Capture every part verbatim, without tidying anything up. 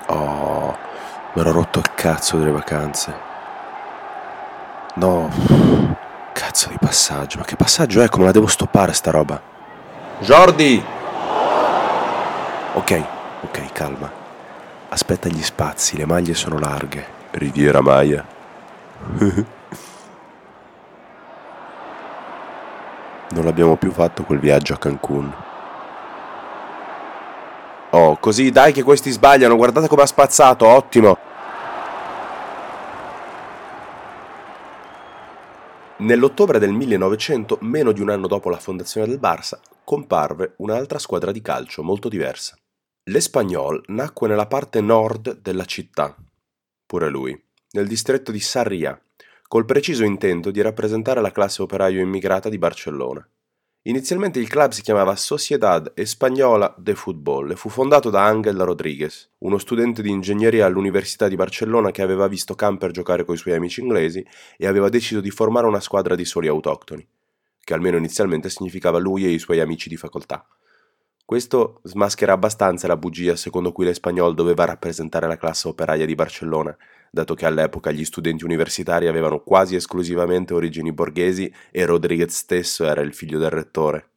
Oh, mi ero rotto il cazzo delle vacanze. No, cazzo di passaggio. Ma che passaggio è? Come la devo stoppare sta roba? Jordi! Ok, ok, calma. Aspetta gli spazi, le maglie sono larghe. Riviera Maya. Non abbiamo più fatto quel viaggio a Cancun. Oh, così dai che questi sbagliano, guardate come ha spazzato, ottimo. Nell'ottobre del millenovecento, meno di un anno dopo la fondazione del Barça, comparve un'altra squadra di calcio molto diversa. L'Espanyol nacque nella parte nord della città, pure lui, nel distretto di Sarrià, col preciso intento di rappresentare la classe operaio immigrata di Barcellona. Inizialmente il club si chiamava Sociedad Española de Fútbol e fu fondato da Ángel Rodríguez, uno studente di ingegneria all'Università di Barcellona che aveva visto Camper giocare coi suoi amici inglesi e aveva deciso di formare una squadra di soli autoctoni, che almeno inizialmente significava lui e i suoi amici di facoltà. Questo smaschera abbastanza la bugia secondo cui l'Espanyol doveva rappresentare la classe operaia di Barcellona, dato che all'epoca gli studenti universitari avevano quasi esclusivamente origini borghesi e Rodríguez stesso era il figlio del rettore.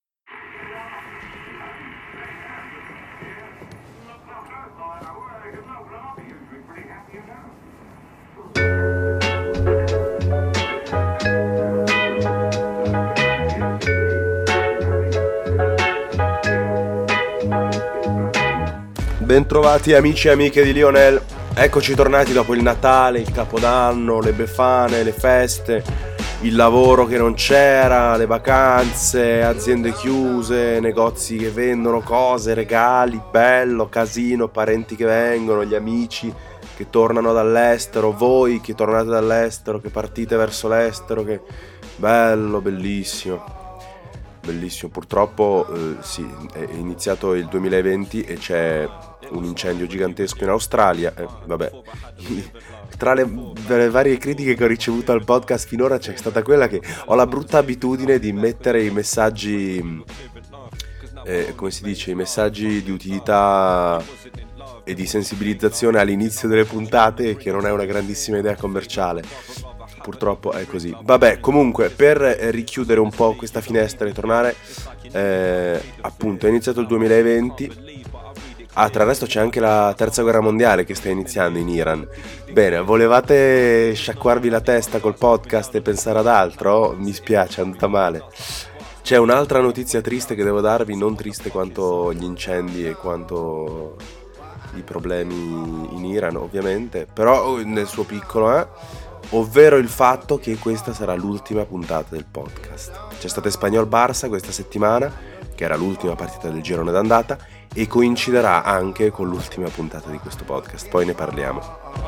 Bentrovati amici e amiche di Lionel, eccoci tornati dopo il Natale, il Capodanno, le befane, le feste, il lavoro che non c'era, le vacanze, aziende chiuse, negozi che vendono cose, regali, bello, casino, parenti che vengono, gli amici che tornano dall'estero, voi che tornate dall'estero, che partite verso l'estero, che bello, bellissimo. Bellissimo, purtroppo eh, sì, è iniziato il duemilaventi e c'è un incendio gigantesco in Australia. Eh, vabbè, tra le, le varie critiche che ho ricevuto al podcast finora c'è stata quella che ho la brutta abitudine di mettere i messaggi, eh, come si dice, i messaggi di utilità e di sensibilizzazione all'inizio delle puntate, che non è una grandissima idea commerciale. Purtroppo è così. Vabbè, comunque, per richiudere un po' questa finestra e tornare, eh, appunto, è iniziato il duemilaventi. Ah, tra l'altro c'è anche la terza guerra mondiale che sta iniziando in Iran. Bene, volevate sciacquarvi la testa col podcast e pensare ad altro? Mi spiace, è andata male. C'è un'altra notizia triste che devo darvi, non triste quanto gli incendi e quanto i problemi in Iran, ovviamente, però nel suo piccolo, eh. Ovvero il fatto che questa sarà l'ultima puntata del podcast. C'è stata Espanyol-Barça questa settimana, che era l'ultima partita del girone d'andata, e coinciderà anche con l'ultima puntata di questo podcast. Poi ne parliamo.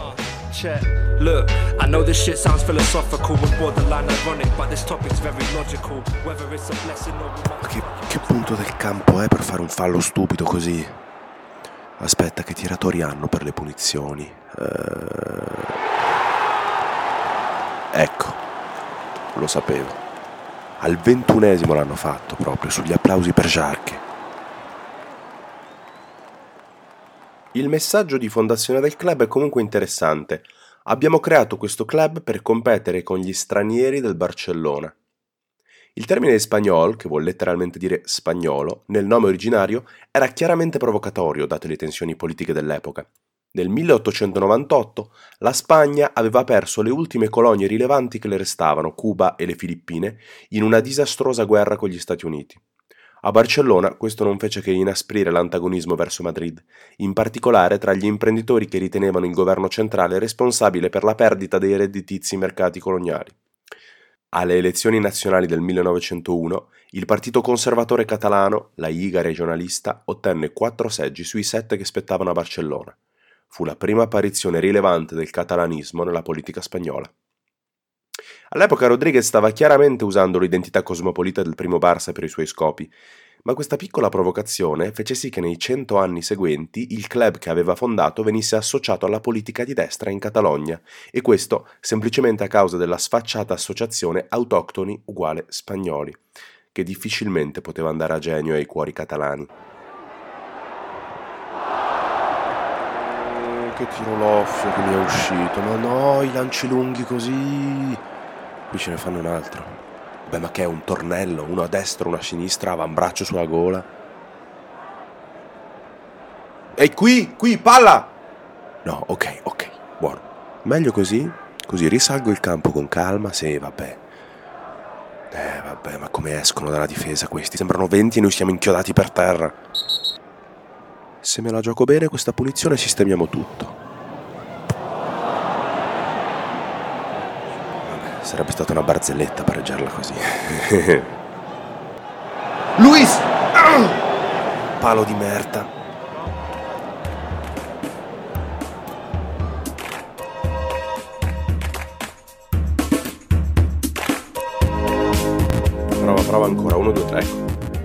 Ma che, che punto del campo è per fare un fallo stupido così? Aspetta, che tiratori hanno per le punizioni? Uh... Ecco, lo sapevo. Al ventunesimo l'hanno fatto proprio, sugli applausi per Jarque. Il messaggio di fondazione del club è comunque interessante. Abbiamo creato questo club per competere con gli stranieri del Barcellona. Il termine Espanyol, che vuol letteralmente dire spagnolo, nel nome originario era chiaramente provocatorio date le tensioni politiche dell'epoca. Nel milleottocentonovantotto la Spagna aveva perso le ultime colonie rilevanti che le restavano, Cuba e le Filippine, in una disastrosa guerra con gli Stati Uniti. A Barcellona questo non fece che inasprire l'antagonismo verso Madrid, in particolare tra gli imprenditori che ritenevano il governo centrale responsabile per la perdita dei redditizi mercati coloniali. Alle elezioni nazionali del millenovecentouno, il partito conservatore catalano, la Lliga regionalista, ottenne quattro seggi sui sette che spettavano a Barcellona. Fu la prima apparizione rilevante del catalanismo nella politica spagnola. All'epoca Rodríguez stava chiaramente usando l'identità cosmopolita del primo Barça per i suoi scopi, ma questa piccola provocazione fece sì che nei cento anni seguenti il club che aveva fondato venisse associato alla politica di destra in Catalogna, e questo semplicemente a causa della sfacciata associazione autoctoni uguale spagnoli, che difficilmente poteva andare a genio ai cuori catalani. che tiro l'offio che mi è uscito. Ma no, i lanci lunghi così. Qui ce ne fanno un altro. Beh, ma che è un tornello? Uno a destra, uno a sinistra, avambraccio sulla gola. Ehi, qui, qui, palla! No, ok, ok, buono. Meglio così? Così risalgo il campo con calma. Sì, vabbè. Eh, vabbè, ma come escono dalla difesa questi? Sembrano venti e noi siamo inchiodati per terra. Se me la gioco bene questa punizione sistemiamo tutto. Vabbè, sarebbe stata una barzelletta pareggiarla così. Luis! Palo di merda. Prova, prova ancora, uno, due, tre.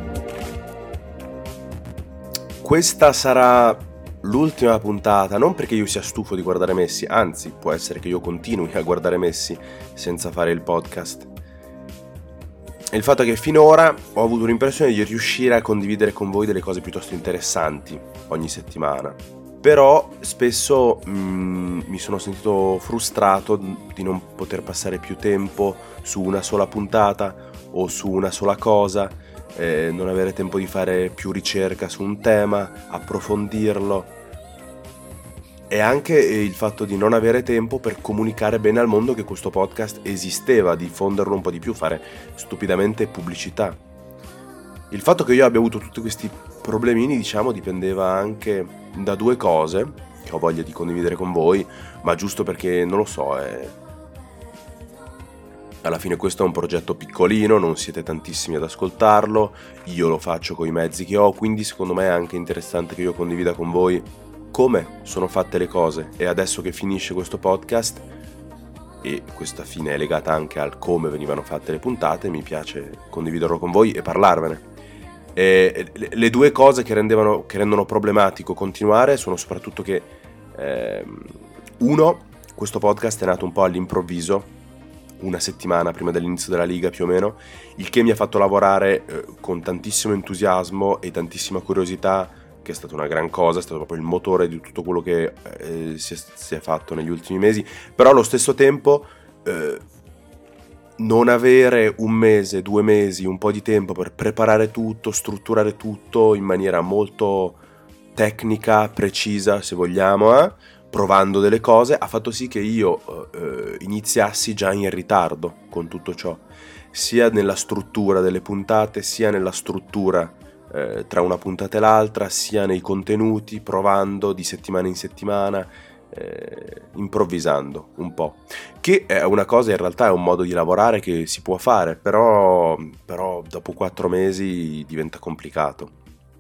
Questa sarà l'ultima puntata, non perché io sia stufo di guardare Messi, anzi, può essere che io continui a guardare Messi senza fare il podcast. E il fatto è che finora ho avuto l'impressione di riuscire a condividere con voi delle cose piuttosto interessanti ogni settimana. Però spesso mm, mi sono sentito frustrato di non poter passare più tempo su una sola puntata o su una sola cosa. Eh, non avere tempo di fare più ricerca su un tema, approfondirlo, e anche il fatto di non avere tempo per comunicare bene al mondo che questo podcast esisteva, diffonderlo un po' di più, fare stupidamente pubblicità. Il fatto che io abbia avuto tutti questi problemini, diciamo, dipendeva anche da due cose che ho voglia di condividere con voi, ma giusto perché, non lo so, è... alla fine questo è un progetto piccolino, non siete tantissimi ad ascoltarlo, io lo faccio con i mezzi che ho, quindi secondo me è anche interessante che io condivida con voi come sono fatte le cose. E adesso che finisce questo podcast, e questa fine è legata anche al come venivano fatte le puntate, mi piace condividerlo con voi e parlarvene. E le due cose che, rendevano, che rendono problematico continuare sono soprattutto che ehm, uno, questo podcast è nato un po' all'improvviso, una settimana prima dell'inizio della Liga più o meno, il che mi ha fatto lavorare eh, con tantissimo entusiasmo e tantissima curiosità, che è stata una gran cosa, è stato proprio il motore di tutto quello che eh, si, è, si è fatto negli ultimi mesi. Però allo stesso tempo eh, non avere un mese, due mesi, un po' di tempo per preparare tutto, strutturare tutto in maniera molto tecnica, precisa se vogliamo, eh? provando delle cose, ha fatto sì che io eh, iniziassi già in ritardo con tutto ciò, sia nella struttura delle puntate, sia nella struttura eh, tra una puntata e l'altra, sia nei contenuti, provando di settimana in settimana, eh, improvvisando un po', che è una cosa, in realtà è un modo di lavorare che si può fare, però, però dopo quattro mesi diventa complicato.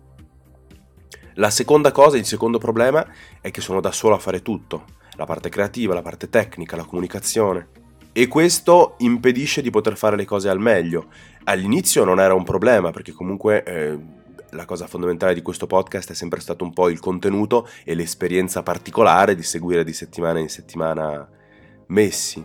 La seconda cosa, il secondo problema, è che sono da solo a fare tutto, la parte creativa, la parte tecnica, la comunicazione, e questo impedisce di poter fare le cose al meglio. All'inizio non era un problema, perché comunque eh, la cosa fondamentale di questo podcast è sempre stato un po' il contenuto e l'esperienza particolare di seguire di settimana in settimana Messi.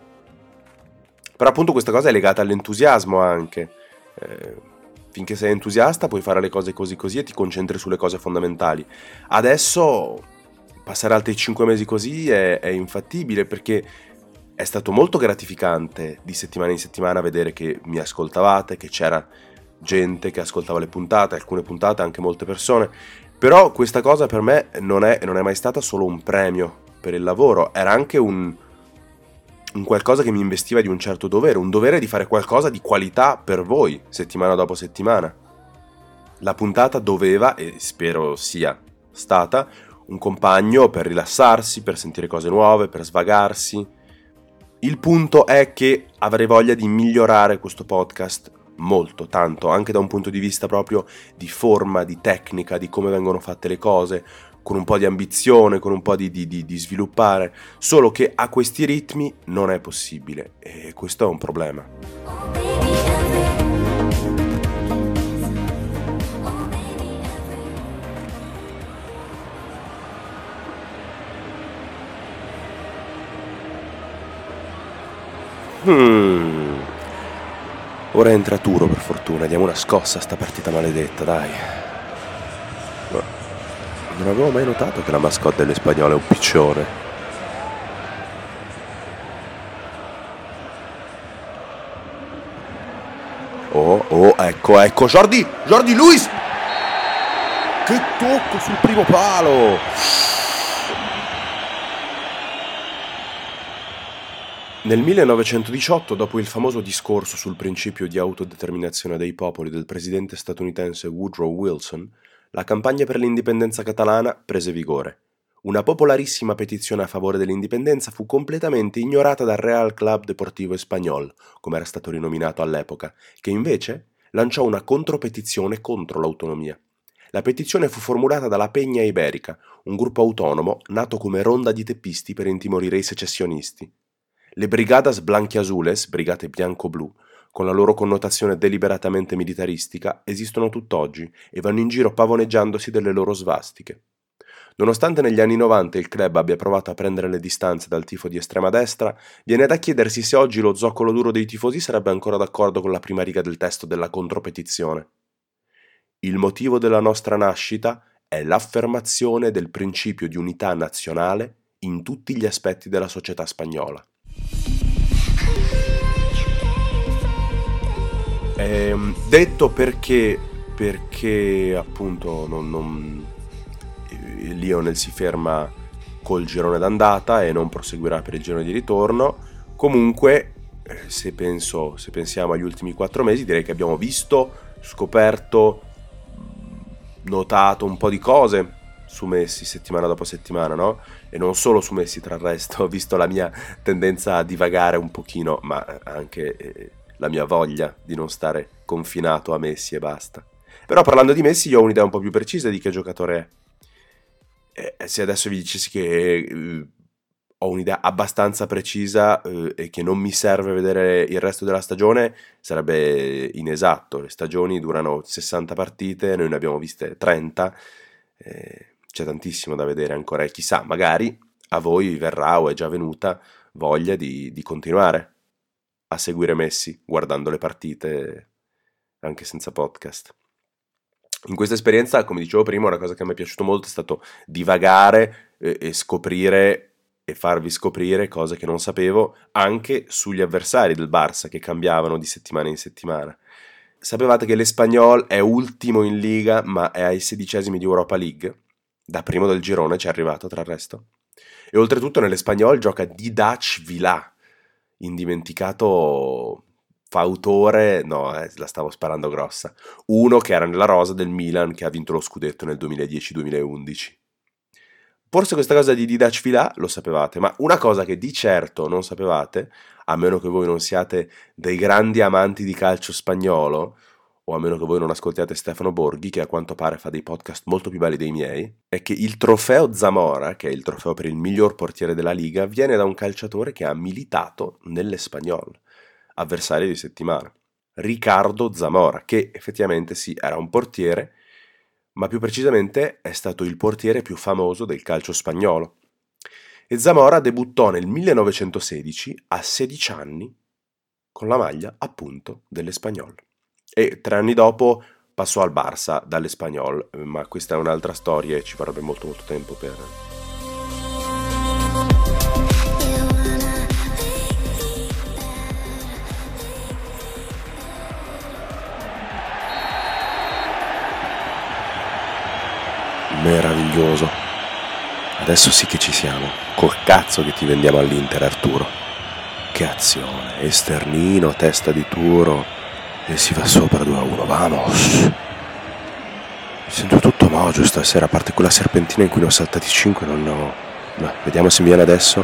Però appunto questa cosa è legata all'entusiasmo anche. Eh, Finché sei entusiasta puoi fare le cose così così e ti concentri sulle cose fondamentali. Adesso passare altri cinque mesi così è, è infattibile, perché è stato molto gratificante di settimana in settimana vedere che mi ascoltavate, che c'era gente che ascoltava le puntate, alcune puntate anche molte persone. Però questa cosa per me non è, non è mai stata solo un premio per il lavoro, era anche un... un qualcosa che mi investiva di un certo dovere, un dovere di fare qualcosa di qualità per voi, settimana dopo settimana. La puntata doveva, e spero sia stata, un compagno per rilassarsi, per sentire cose nuove, per svagarsi. Il punto è che avrei voglia di migliorare questo podcast molto, tanto, anche da un punto di vista proprio di forma, di tecnica, di come vengono fatte le cose, con un po' di ambizione, con un po' di, di, di, di sviluppare, solo che a questi ritmi non è possibile, e questo è un problema. Hmm. Ora entra Turo, per fortuna, diamo una scossa a sta partita maledetta, dai. Non avevo mai notato che la mascotte dell'Espanyol è un piccione. Oh, oh, ecco, ecco, Jordi, Jordi Luis! Che tocco sul primo palo! Nel millenovecentodiciotto, dopo il famoso discorso sul principio di autodeterminazione dei popoli del presidente statunitense Woodrow Wilson, la campagna per l'indipendenza catalana prese vigore. Una popolarissima petizione a favore dell'indipendenza fu completamente ignorata dal Real Club Deportivo Español, come era stato rinominato all'epoca, che invece lanciò una contropetizione contro l'autonomia. La petizione fu formulata dalla Peña Ibérica, un gruppo autonomo nato come ronda di teppisti per intimorire i secessionisti. Le Brigadas Blanquiazules, brigate bianco-blu, con la loro connotazione deliberatamente militaristica, esistono tutt'oggi e vanno in giro pavoneggiandosi delle loro svastiche. Nonostante negli anni novanta il club abbia provato a prendere le distanze dal tifo di estrema destra, viene da chiedersi se oggi lo zoccolo duro dei tifosi sarebbe ancora d'accordo con la prima riga del testo della contropetizione. Il motivo della nostra nascita è l'affermazione del principio di unità nazionale in tutti gli aspetti della società spagnola. Ehm, detto perché, perché appunto non, non, il Lionel si ferma col girone d'andata e non proseguirà per il girone di ritorno. Comunque, se, penso, se pensiamo agli ultimi quattro mesi, direi che abbiamo visto, scoperto, notato un po' di cose su Messi settimana dopo settimana, no? E non solo su Messi, tra il resto, ho visto la mia tendenza a divagare un pochino, ma anche eh, la mia voglia di non stare confinato a Messi e basta. Però parlando di Messi io ho un'idea un po' più precisa di che giocatore è. Eh, se adesso vi dicessi che eh, ho un'idea abbastanza precisa eh, e che non mi serve vedere il resto della stagione, sarebbe inesatto. Le stagioni durano sessanta partite, noi ne abbiamo viste trenta, eh, c'è tantissimo da vedere ancora e chissà, magari a voi verrà o è già venuta voglia di, di continuare a seguire Messi guardando le partite anche senza podcast. In questa esperienza, come dicevo prima, una cosa che mi è piaciuto molto è stato divagare e, e scoprire e farvi scoprire cose che non sapevo anche sugli avversari del Barça che cambiavano di settimana in settimana. Sapevate che l'Espanyol è ultimo in Liga ma è ai sedicesimi di Europa League? Da primo del girone ci è arrivato, tra il resto. E oltretutto nell'Espanyol gioca Didac Vilà, indimenticato fautore, no, eh, la stavo sparando grossa, uno che era nella rosa del Milan che ha vinto lo scudetto nel duemiladieci duemilaundici. Forse questa cosa di Didac Vilà lo sapevate, ma una cosa che di certo non sapevate, a meno che voi non siate dei grandi amanti di calcio spagnolo, o a meno che voi non ascoltiate Stefano Borghi, che a quanto pare fa dei podcast molto più belli dei miei, è che il trofeo Zamora, che è il trofeo per il miglior portiere della Liga, viene da un calciatore che ha militato nell'Espanyol, avversario di settimana, Ricardo Zamora, che effettivamente sì, era un portiere, ma più precisamente è stato il portiere più famoso del calcio spagnolo. E Zamora debuttò nel millenovecentosedici a sedici anni con la maglia appunto dell'Espanyol. E tre anni dopo passò al Barça dall'Espanyol, ma questa è un'altra storia e ci vorrebbe molto molto tempo per... Meraviglioso. Adesso sì che ci siamo. Col cazzo che ti vendiamo all'Inter, Arturo. Che azione. Esternino, testa di Turo. E si va sopra due a uno. Vamos. Mi sento tutto mogio stasera. A parte quella serpentina in cui ne ho saltati cinque. Non ho... Beh, vediamo se mi viene adesso.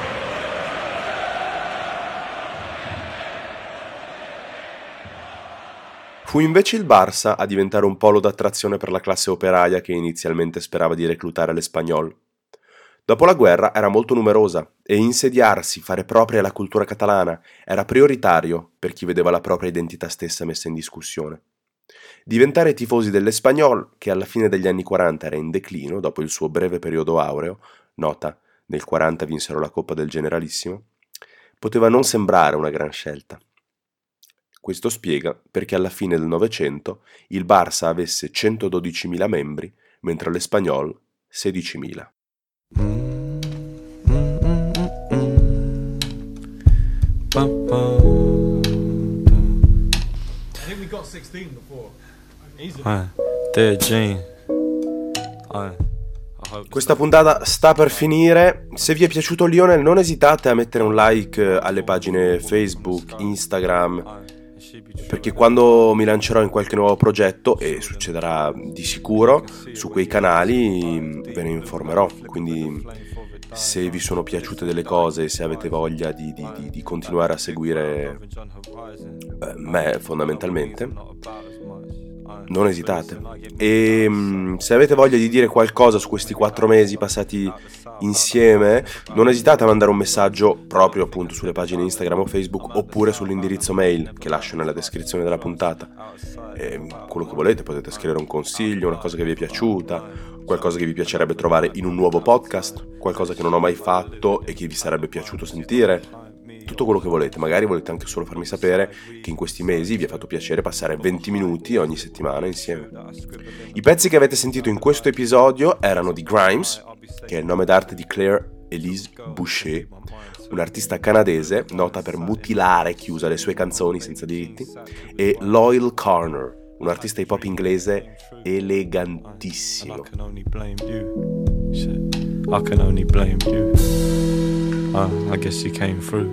Fu invece il Barça a diventare un polo d'attrazione per la classe operaia che inizialmente sperava di reclutare l'Espanyol. Dopo la guerra era molto numerosa e insediarsi, fare propria la cultura catalana, era prioritario per chi vedeva la propria identità stessa messa in discussione. Diventare tifosi dell'Espanyol, che alla fine degli anni quaranta era in declino dopo il suo breve periodo aureo, nota, nel quaranta vinsero la Coppa del Generalissimo, poteva non sembrare una gran scelta. Questo spiega perché alla fine del Novecento il Barça avesse centododicimila membri, mentre l'Espanyol sedicimila. Questa puntata sta per finire. Se vi è piaciuto Lionel, non esitate a mettere un like alle pagine Facebook, Instagram, perché quando mi lancerò in qualche nuovo progetto, e succederà di sicuro, su quei canali ve ne informerò. Quindi se vi sono piaciute delle cose, se avete voglia di, di, di, di continuare a seguire eh, me fondamentalmente, non esitate. E mh, se avete voglia di dire qualcosa su questi quattro mesi passati insieme, non esitate a mandare un messaggio proprio appunto sulle pagine Instagram o Facebook, oppure sull'indirizzo mail che lascio nella descrizione della puntata. E quello che volete, potete scrivere un consiglio, una cosa che vi è piaciuta, qualcosa che vi piacerebbe trovare in un nuovo podcast, qualcosa che non ho mai fatto e che vi sarebbe piaciuto sentire. Tutto quello che volete. Magari volete anche solo farmi sapere che in questi mesi vi è fatto piacere passare venti minuti ogni settimana insieme. I pezzi che avete sentito in questo episodio erano di Grimes, che è il nome d'arte di Claire Elise Boucher, un'artista canadese nota per mutilare chi usa le sue canzoni senza diritti, e Loyle Corner, un artista hip hop inglese elegantissimo. I can only blame you. I can only blame you. Uh, I guess you came through.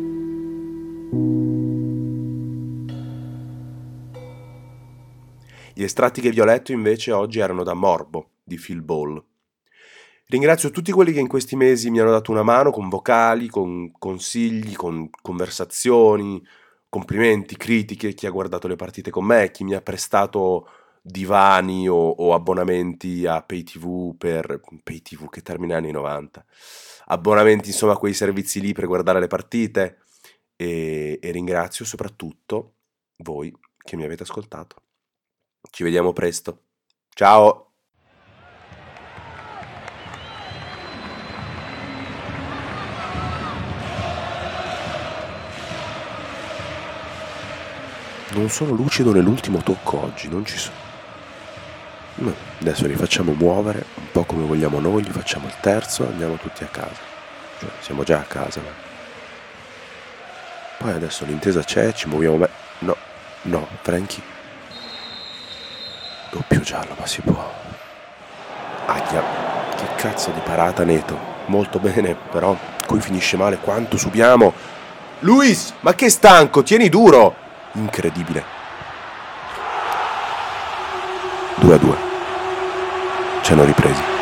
Gli estratti che vi ho letto invece oggi erano da Morbo di Phil Ball. Ringrazio tutti quelli che in questi mesi mi hanno dato una mano con vocali, con consigli, con conversazioni, complimenti, critiche, chi ha guardato le partite con me, chi mi ha prestato divani o, o abbonamenti a Pay ti vu per... Pay ti vu, che termine anni novanta. Abbonamenti, insomma, a quei servizi lì per guardare le partite. E, e ringrazio soprattutto voi che mi avete ascoltato. Ci vediamo presto. Ciao! Non sono lucido nell'ultimo tocco oggi, non ci sono. No, adesso li facciamo muovere un po' come vogliamo noi, gli facciamo il terzo, andiamo tutti a casa. Cioè, siamo già a casa, ma... Poi adesso l'intesa c'è, ci muoviamo bene. No, no, Frankie. Doppio giallo, ma si può. Aia, che cazzo di parata Neto. Molto bene, però qui finisce male. Quanto subiamo. Luis, ma che stanco, tieni duro. Incredibile. due a due. Ci hanno ripresi.